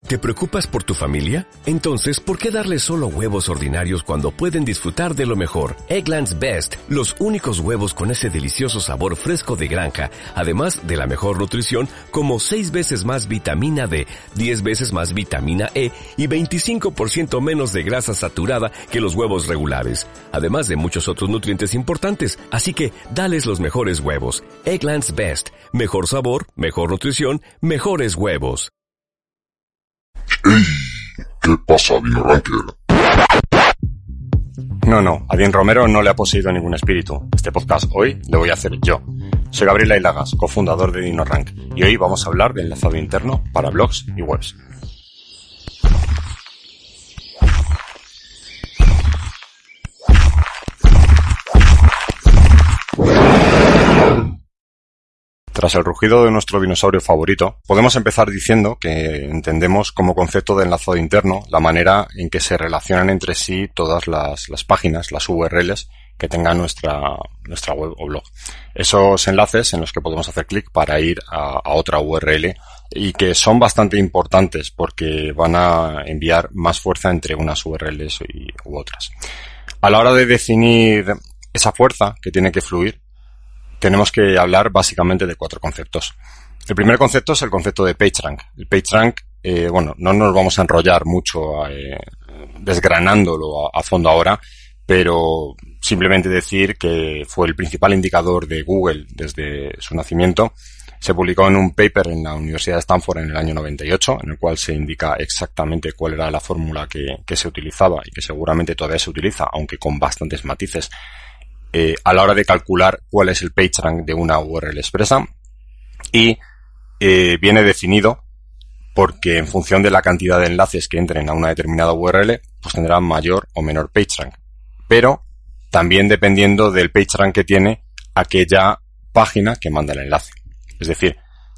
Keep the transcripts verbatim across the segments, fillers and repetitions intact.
¿Te preocupas por tu familia? Entonces, ¿por qué darles solo huevos ordinarios cuando pueden disfrutar de lo mejor? Eggland's Best, los únicos huevos con ese delicioso sabor fresco de granja, además de la mejor nutrición, como seis veces más vitamina D, diez veces más vitamina E y veinticinco por ciento menos de grasa saturada que los huevos regulares, además de muchos otros nutrientes importantes. Así que, dales los mejores huevos. Eggland's Best, mejor sabor, mejor nutrición, mejores huevos. ¡Ey! ¿Qué pasa, Dino Ranker? No, no, a Dean Romero no le ha poseído ningún espíritu. Este podcast hoy lo voy a hacer yo. Soy Gabriel Ailagas, cofundador de DinoRank, y hoy vamos a hablar de enlazado interno para blogs y webs. Tras el rugido de nuestro dinosaurio favorito, podemos empezar diciendo que entendemos como concepto de enlazado interno la manera en que se relacionan entre sí todas las, las páginas, las U R Ls que tenga nuestra, nuestra web o blog. Esos enlaces en los que podemos hacer clic para ir a, a otra U R L y que son bastante importantes porque van a enviar más fuerza entre unas U R Ls y, u otras. A la hora de definir esa fuerza que tiene que fluir, tenemos que hablar básicamente de cuatro conceptos. El primer concepto es el concepto de PageRank. El PageRank, eh, bueno, no nos vamos a enrollar mucho eh, desgranándolo a, a fondo ahora, pero simplemente decir que fue el principal indicador de Google desde su nacimiento. Se publicó en un paper en la Universidad de Stanford en el año noventa y ocho, en el cual se indica exactamente cuál era la fórmula que, que se utilizaba y que seguramente todavía se utiliza, aunque con bastantes matices, Eh, a la hora de calcular cuál es el PageRank de una U R L expresa, y eh, viene definido porque en función de la cantidad de enlaces que entren a una determinada U R L, pues tendrá mayor o menor PageRank, pero también dependiendo del PageRank que tiene aquella página que manda el enlace. Es decir,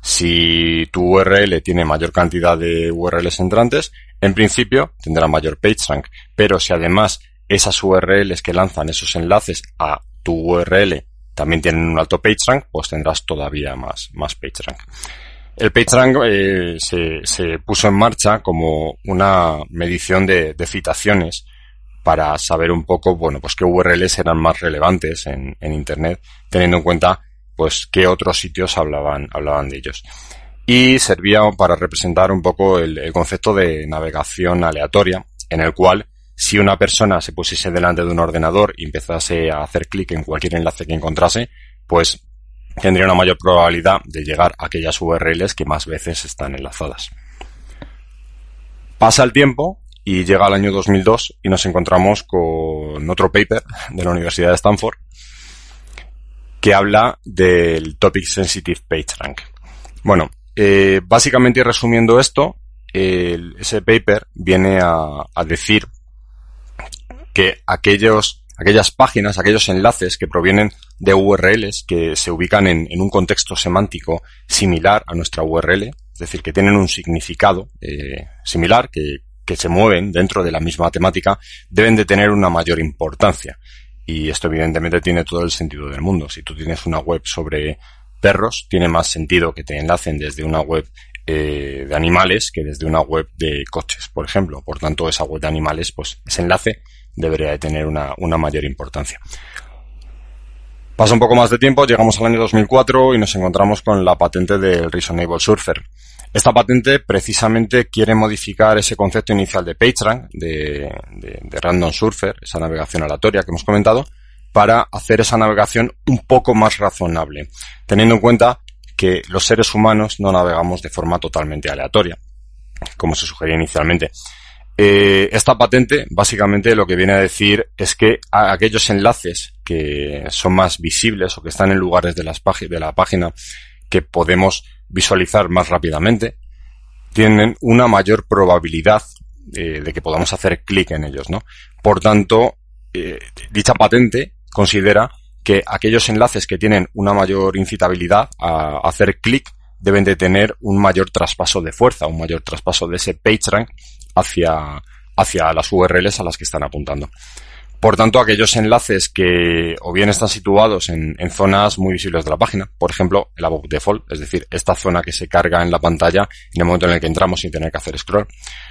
si tu U R L tiene mayor cantidad de U R Ls entrantes, en principio tendrá mayor PageRank, pero si además esas U R Ls que lanzan esos enlaces a tu U R L también tienen un alto PageRank, pues tendrás todavía más, más PageRank. El PageRank eh, se, se puso en marcha como una medición de, de citaciones para saber un poco, bueno, pues qué U R Ls eran más relevantes en, en Internet, teniendo en cuenta, pues, qué otros sitios hablaban, hablaban de ellos. Y servía para representar un poco el, el concepto de navegación aleatoria, en el cual si una persona se pusiese delante de un ordenador y empezase a hacer clic en cualquier enlace que encontrase, pues tendría una mayor probabilidad de llegar a aquellas U R Ls que más veces están enlazadas. Pasa el tiempo y llega el año dos mil dos y nos encontramos con otro paper de la Universidad de Stanford que habla del Topic Sensitive PageRank. Bueno, eh, básicamente y resumiendo esto, el, ese paper viene a, a decir que aquellos, aquellas páginas, aquellos enlaces que provienen de U R Ls que se ubican en, en un contexto semántico similar a nuestra U R L, es decir, que tienen un significado eh, similar, que, que se mueven dentro de la misma temática, deben de tener una mayor importancia. Y esto evidentemente tiene todo el sentido del mundo. Si tú tienes una web sobre perros, tiene más sentido que te enlacen desde una web eh, de animales que desde una web de coches, por ejemplo. Por tanto, esa web de animales, pues ese enlace debería de tener una, una mayor importancia. Pasa un poco más de tiempo, llegamos al año dos mil cuatro y nos encontramos con la patente del Reasonable Surfer. Esta patente precisamente quiere modificar ese concepto inicial de PageRank, de, de, de Random Surfer, esa navegación aleatoria que hemos comentado, para hacer esa navegación un poco más razonable, teniendo en cuenta que los seres humanos no navegamos de forma totalmente aleatoria, como se sugería inicialmente. Eh, esta patente básicamente lo que viene a decir es que a aquellos enlaces que son más visibles o que están en lugares de, las pág- de la página que podemos visualizar más rápidamente tienen una mayor probabilidad eh, de que podamos hacer clic en ellos, ¿no? Por tanto, eh, dicha patente considera que aquellos enlaces que tienen una mayor incitabilidad a hacer clic deben de tener un mayor traspaso de fuerza, un mayor traspaso de ese PageRank hacia, hacia las U R Ls a las que están apuntando. Por tanto, aquellos enlaces que o bien están situados en, en zonas muy visibles de la página, por ejemplo, el above default, es decir, esta zona que se carga en la pantalla en el momento en el que entramos sin tener que hacer scroll,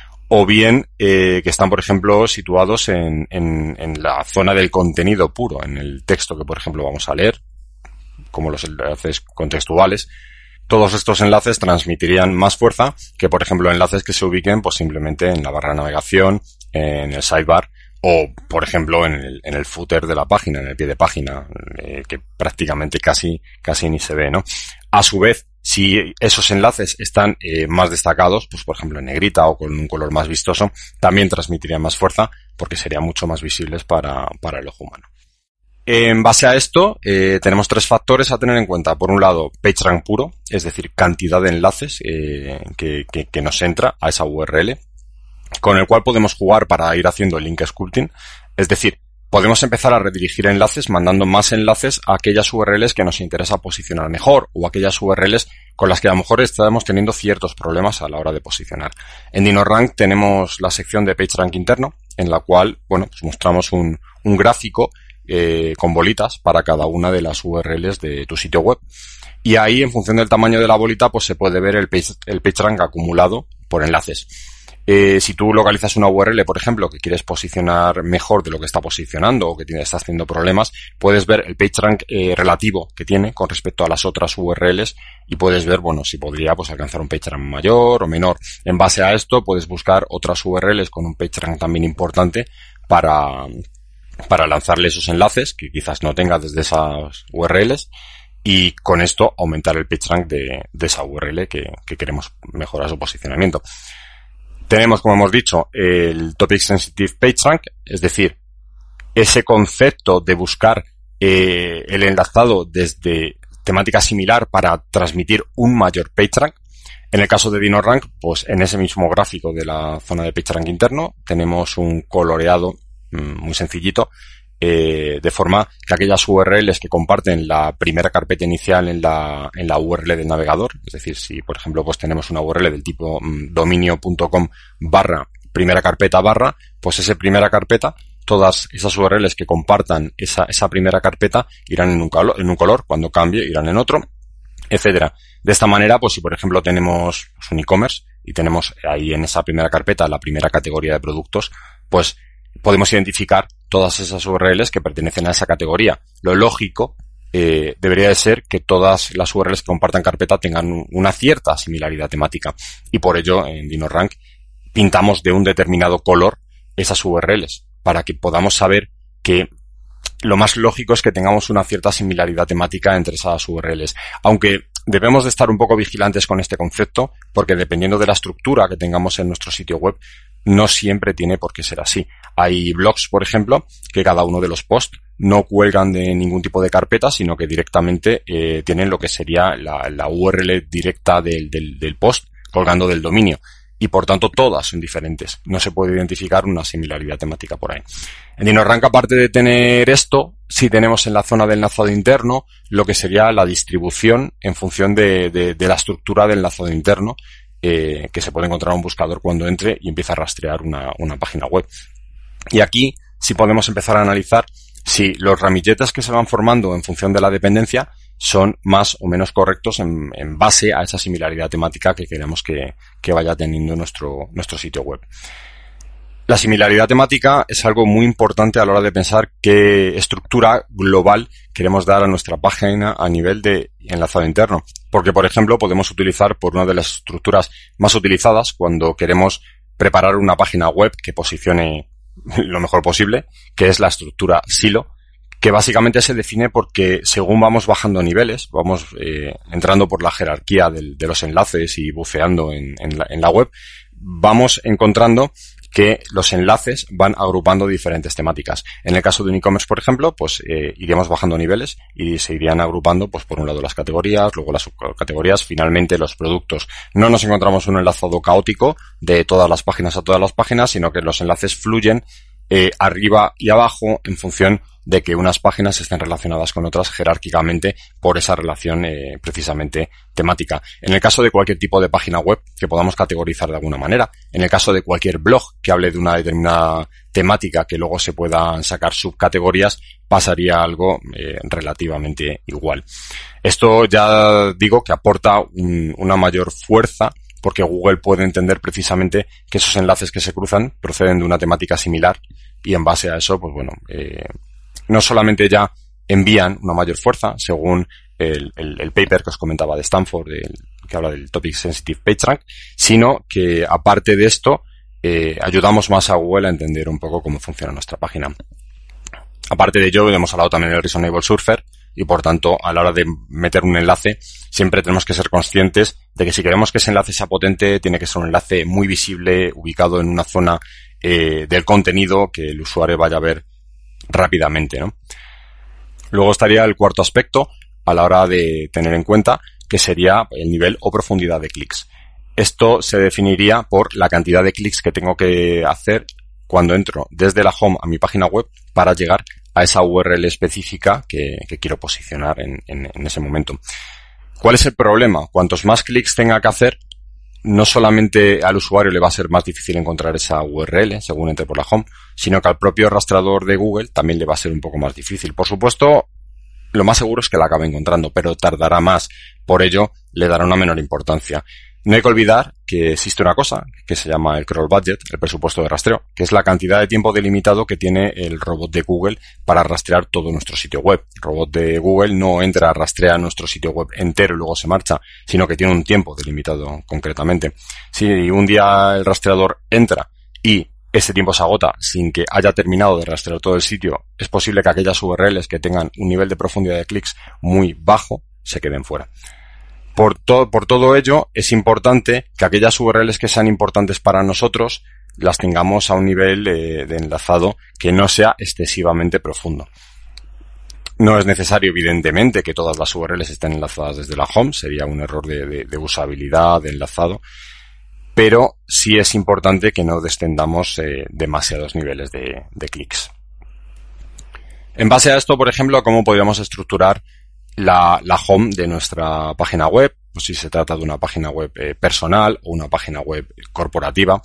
o bien eh, que están, por ejemplo, situados en, en, en la zona del contenido puro, en el texto que, por ejemplo, vamos a leer, como los enlaces contextuales. Todos estos enlaces transmitirían más fuerza que, por ejemplo, enlaces que se ubiquen pues simplemente en la barra de navegación, en el sidebar, o, por ejemplo, en el, en el footer de la página, en el pie de página, eh, que prácticamente casi, casi ni se ve, ¿no? A su vez, si esos enlaces están eh, más destacados, pues por ejemplo en negrita o con un color más vistoso, también transmitirían más fuerza porque serían mucho más visibles para, para el ojo humano. En base a esto, eh, tenemos tres factores a tener en cuenta. Por un lado, PageRank puro, es decir, cantidad de enlaces eh, que, que, que nos entra a esa U R L, con el cual podemos jugar para ir haciendo el link sculpting, es decir, podemos empezar a redirigir enlaces mandando más enlaces a aquellas U R Ls que nos interesa posicionar mejor o aquellas U R Ls con las que a lo mejor estamos teniendo ciertos problemas a la hora de posicionar. En DinoRank tenemos la sección de PageRank interno, en la cual, bueno, pues mostramos un, un gráfico eh, con bolitas para cada una de las U R Ls de tu sitio web. Y ahí, en función del tamaño de la bolita, pues se puede ver el page, el PageRank acumulado por enlaces. Eh, si tú localizas una U R L, por ejemplo, que quieres posicionar mejor de lo que está posicionando o que tiene, está haciendo problemas, puedes ver el PageRank eh, relativo que tiene con respecto a las otras U R Ls y puedes ver, bueno, si podría pues alcanzar un PageRank mayor o menor. En base a esto puedes buscar otras U R Ls con un PageRank también importante para, para lanzarle esos enlaces que quizás no tenga desde esas U R Ls y con esto aumentar el PageRank de, de esa U R L que, que queremos mejorar su posicionamiento. Tenemos, como hemos dicho, el Topic Sensitive PageRank, es decir, ese concepto de buscar eh, el enlazado desde temática similar para transmitir un mayor PageRank. En el caso de DinoRank, pues en ese mismo gráfico de la zona de PageRank interno tenemos un coloreado mmm, muy sencillito, eh, de forma que aquellas U R Ls que comparten la primera carpeta inicial en la, en la U R L del navegador, es decir, si por ejemplo pues tenemos una U R L del tipo mmm, dominio.com barra primera carpeta barra, pues esa primera carpeta, todas esas U R Ls que compartan esa, esa primera carpeta irán en un color, en un color, cuando cambie irán en otro, etcétera. De esta manera, pues si por ejemplo tenemos un e-commerce y tenemos ahí en esa primera carpeta la primera categoría de productos, pues podemos identificar todas esas U R Ls que pertenecen a esa categoría. Lo lógico eh, debería de ser que todas las U R Ls que compartan carpeta tengan una cierta similaridad temática y por ello en DinoRank pintamos de un determinado color esas U R Ls para que podamos saber que lo más lógico es que tengamos una cierta similaridad temática entre esas U R Ls. Aunque debemos de estar un poco vigilantes con este concepto porque dependiendo de la estructura que tengamos en nuestro sitio web, no siempre tiene por qué ser así. Hay blogs, por ejemplo, que cada uno de los posts no cuelgan de ningún tipo de carpeta, sino que directamente eh, tienen lo que sería la, la U R L directa del, del, del post colgando del dominio. Y por tanto todas son diferentes. No se puede identificar una similaridad temática por ahí. En DinoRank, aparte de tener esto, sí tenemos en la zona del enlazado interno lo que sería la distribución en función de, de, de la estructura del enlazado interno, eh, que se puede encontrar un buscador cuando entre y empieza a rastrear una, una página web. Y aquí sí podemos empezar a analizar si los ramilletes que se van formando en función de la dependencia son más o menos correctos en, en base a esa similaridad temática que queremos que, que vaya teniendo nuestro, nuestro sitio web. La similaridad temática es algo muy importante a la hora de pensar qué estructura global queremos dar a nuestra página a nivel de enlazado interno. Porque, por ejemplo, podemos utilizar por una de las estructuras más utilizadas cuando queremos preparar una página web que posicione lo mejor posible, que es la estructura silo, que básicamente se define porque según vamos bajando niveles, vamos eh, entrando por la jerarquía del, de los enlaces y buceando en, en, la, en la web, vamos encontrando que los enlaces van agrupando diferentes temáticas. En el caso de un e-commerce, por ejemplo, pues eh, iríamos bajando niveles y se irían agrupando, pues por un lado las categorías, luego las subcategorías, finalmente los productos. No nos encontramos un enlazado caótico de todas las páginas a todas las páginas, sino que los enlaces fluyen eh, arriba y abajo en función de que unas páginas estén relacionadas con otras jerárquicamente por esa relación eh, precisamente temática. En el caso de cualquier tipo de página web que podamos categorizar de alguna manera, en el caso de cualquier blog que hable de una determinada temática que luego se puedan sacar subcategorías, pasaría algo eh, relativamente igual. Esto ya digo que aporta un, una mayor fuerza, porque Google puede entender precisamente que esos enlaces que se cruzan proceden de una temática similar y en base a eso, pues bueno, eh, no solamente ya envían una mayor fuerza, según el, el, el paper que os comentaba de Stanford, el, que habla del Topic Sensitive PageRank, sino que aparte de esto, eh, ayudamos más a Google a entender un poco cómo funciona nuestra página. Aparte de ello, hemos hablado también del Reasonable Surfer, y por tanto, a la hora de meter un enlace, siempre tenemos que ser conscientes de que si queremos que ese enlace sea potente, tiene que ser un enlace muy visible, ubicado en una zona eh, del contenido que el usuario vaya a ver rápidamente, ¿no? Luego estaría el cuarto aspecto a la hora de tener en cuenta, que sería el nivel o profundidad de clics. Esto se definiría por la cantidad de clics que tengo que hacer cuando entro desde la home a mi página web para llegar a esa U R L específica que, que quiero posicionar en, en, en ese momento. ¿Cuál es el problema? Cuantos más clics tenga que hacer, no solamente al usuario le va a ser más difícil encontrar esa U R L según entre por la home, sino que al propio rastreador de Google también le va a ser un poco más difícil. Por supuesto, lo más seguro es que la acabe encontrando, pero tardará más. Por ello, le dará una menor importancia. No hay que olvidar que existe una cosa que se llama el crawl budget, el presupuesto de rastreo, que es la cantidad de tiempo delimitado que tiene el robot de Google para rastrear todo nuestro sitio web. El robot de Google no entra a rastrear nuestro sitio web entero y luego se marcha, sino que tiene un tiempo delimitado concretamente. Si un día el rastreador entra y ese tiempo se agota sin que haya terminado de rastrear todo el sitio, es posible que aquellas U R Ls que tengan un nivel de profundidad de clics muy bajo se queden fuera. Por, to- por todo ello, es importante que aquellas U R Ls que sean importantes para nosotros las tengamos a un nivel eh, de enlazado que no sea excesivamente profundo. No es necesario, evidentemente, que todas las U R Ls estén enlazadas desde la home, sería un error de, de, de usabilidad, de enlazado, pero sí es importante que no descendamos eh, demasiados niveles de, de clics. En base a esto, por ejemplo, ¿cómo podríamos estructurar La, la home de nuestra página web? Pues si se trata de una página web eh, personal o una página web corporativa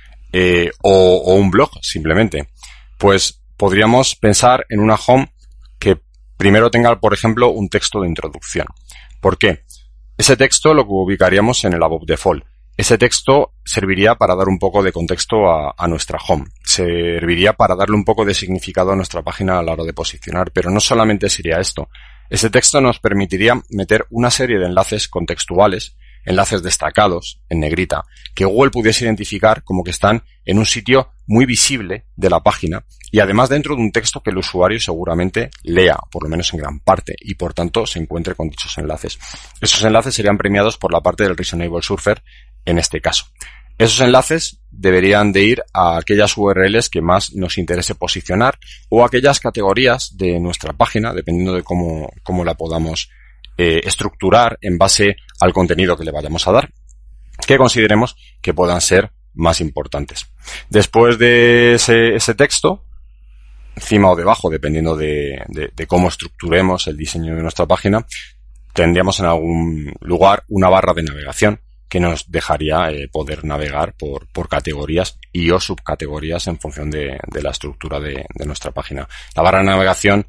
eh, o, o un blog simplemente, pues podríamos pensar en una home que primero tenga, por ejemplo, un texto de introducción. ¿Por qué? Ese texto lo ubicaríamos en el above default. Ese texto serviría para dar un poco de contexto a, a nuestra home. Serviría para darle un poco de significado a nuestra página a la hora de posicionar, pero no solamente sería esto. Ese texto nos permitiría meter una serie de enlaces contextuales, enlaces destacados en negrita, que Google pudiese identificar como que están en un sitio muy visible de la página y además dentro de un texto que el usuario seguramente lea, por lo menos en gran parte, y por tanto se encuentre con dichos enlaces. Esos enlaces serían premiados por la parte del Reasonable Surfer en este caso. Esos enlaces deberían de ir a aquellas U R Ls que más nos interese posicionar o a aquellas categorías de nuestra página, dependiendo de cómo, cómo la podamos eh, estructurar en base al contenido que le vayamos a dar, que consideremos que puedan ser más importantes. Después de ese, ese texto, encima o debajo, dependiendo de, de, de cómo estructuremos el diseño de nuestra página, tendríamos en algún lugar una barra de navegación que nos dejaría eh, poder navegar por, por categorías y o subcategorías en función de, de la estructura de, de nuestra página. La barra de navegación,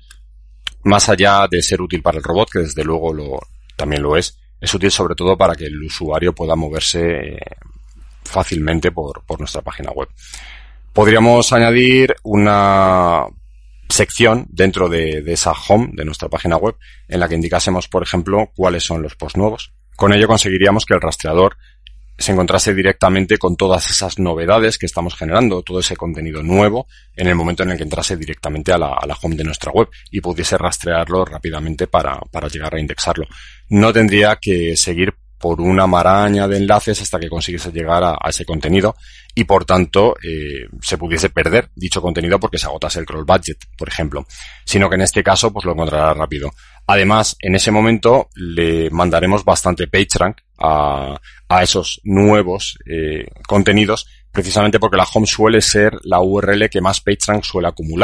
más allá de ser útil para el robot, que desde luego lo, también lo es, es útil sobre todo para que el usuario pueda moverse eh, fácilmente por, por nuestra página web. Podríamos añadir una sección dentro de, de esa home de nuestra página web en la que indicásemos, por ejemplo, cuáles son los posts nuevos. Con ello conseguiríamos que el rastreador se encontrase directamente con todas esas novedades que estamos generando, todo ese contenido nuevo, en el momento en el que entrase directamente a la, a la home de nuestra web y pudiese rastrearlo rápidamente para, para llegar a indexarlo. No tendría que seguir por una maraña de enlaces hasta que consiguiese llegar a, a ese contenido y por tanto eh, se pudiese perder dicho contenido porque se agotase el crawl budget, por ejemplo, sino que en este caso pues lo encontrará rápido. Además, en ese momento le mandaremos bastante PageRank a, a esos nuevos eh, contenidos, precisamente porque la home suele ser la U R L que más PageRank suele acumular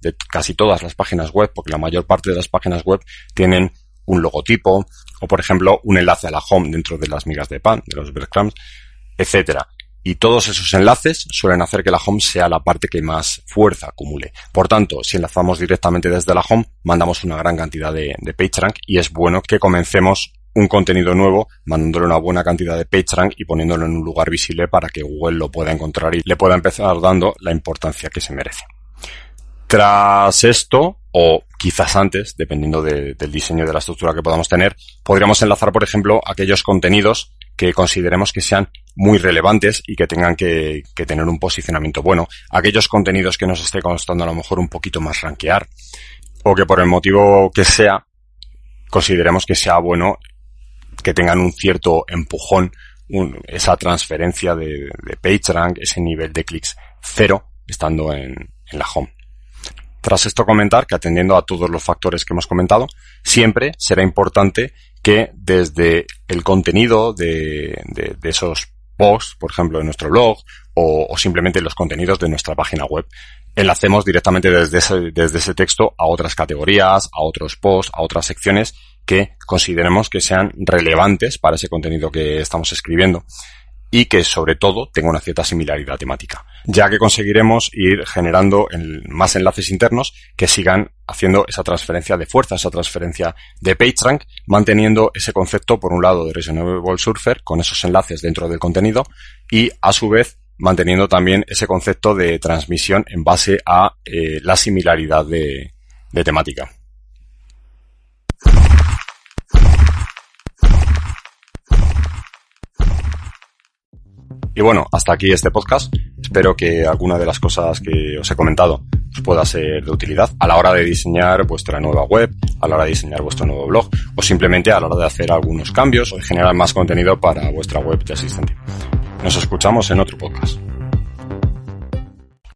de casi todas las páginas web, porque la mayor parte de las páginas web tienen un logotipo o, por ejemplo, un enlace a la home dentro de las migas de pan, de los breadcrumbs, etcétera. Y todos esos enlaces suelen hacer que la home sea la parte que más fuerza acumule. Por tanto, si enlazamos directamente desde la home, mandamos una gran cantidad de, de PageRank, y es bueno que comencemos un contenido nuevo mandándole una buena cantidad de PageRank y poniéndolo en un lugar visible para que Google lo pueda encontrar y le pueda empezar dando la importancia que se merece. Tras esto, o quizás antes, dependiendo de, del diseño de la estructura que podamos tener, podríamos enlazar, por ejemplo, aquellos contenidos que consideremos que sean muy relevantes y que tengan que, que tener un posicionamiento bueno. Aquellos contenidos que nos esté costando a lo mejor un poquito más rankear, o que por el motivo que sea, consideremos que sea bueno que tengan un cierto empujón, un, esa transferencia de, de PageRank, ese nivel de clics cero, estando en, en la home. Tras esto, comentar que atendiendo a todos los factores que hemos comentado, siempre será importante que desde el contenido de, de, de esos posts, por ejemplo, de nuestro blog, o, o simplemente los contenidos de nuestra página web, enlacemos directamente desde ese, desde ese texto a otras categorías, a otros posts, a otras secciones que consideremos que sean relevantes para ese contenido que estamos escribiendo, y que sobre todo tenga una cierta similaridad temática, ya que conseguiremos ir generando el, más enlaces internos que sigan haciendo esa transferencia de fuerza, esa transferencia de PageRank, manteniendo ese concepto, por un lado, de Reasonable Surfer, con esos enlaces dentro del contenido, y a su vez manteniendo también ese concepto de transmisión en base a eh, la similaridad de, de temática. Y bueno, hasta aquí este podcast. Espero que alguna de las cosas que os he comentado os pueda ser de utilidad a la hora de diseñar vuestra nueva web, a la hora de diseñar vuestro nuevo blog, o simplemente a la hora de hacer algunos cambios o de generar más contenido para vuestra web ya existente. Nos escuchamos en otro podcast.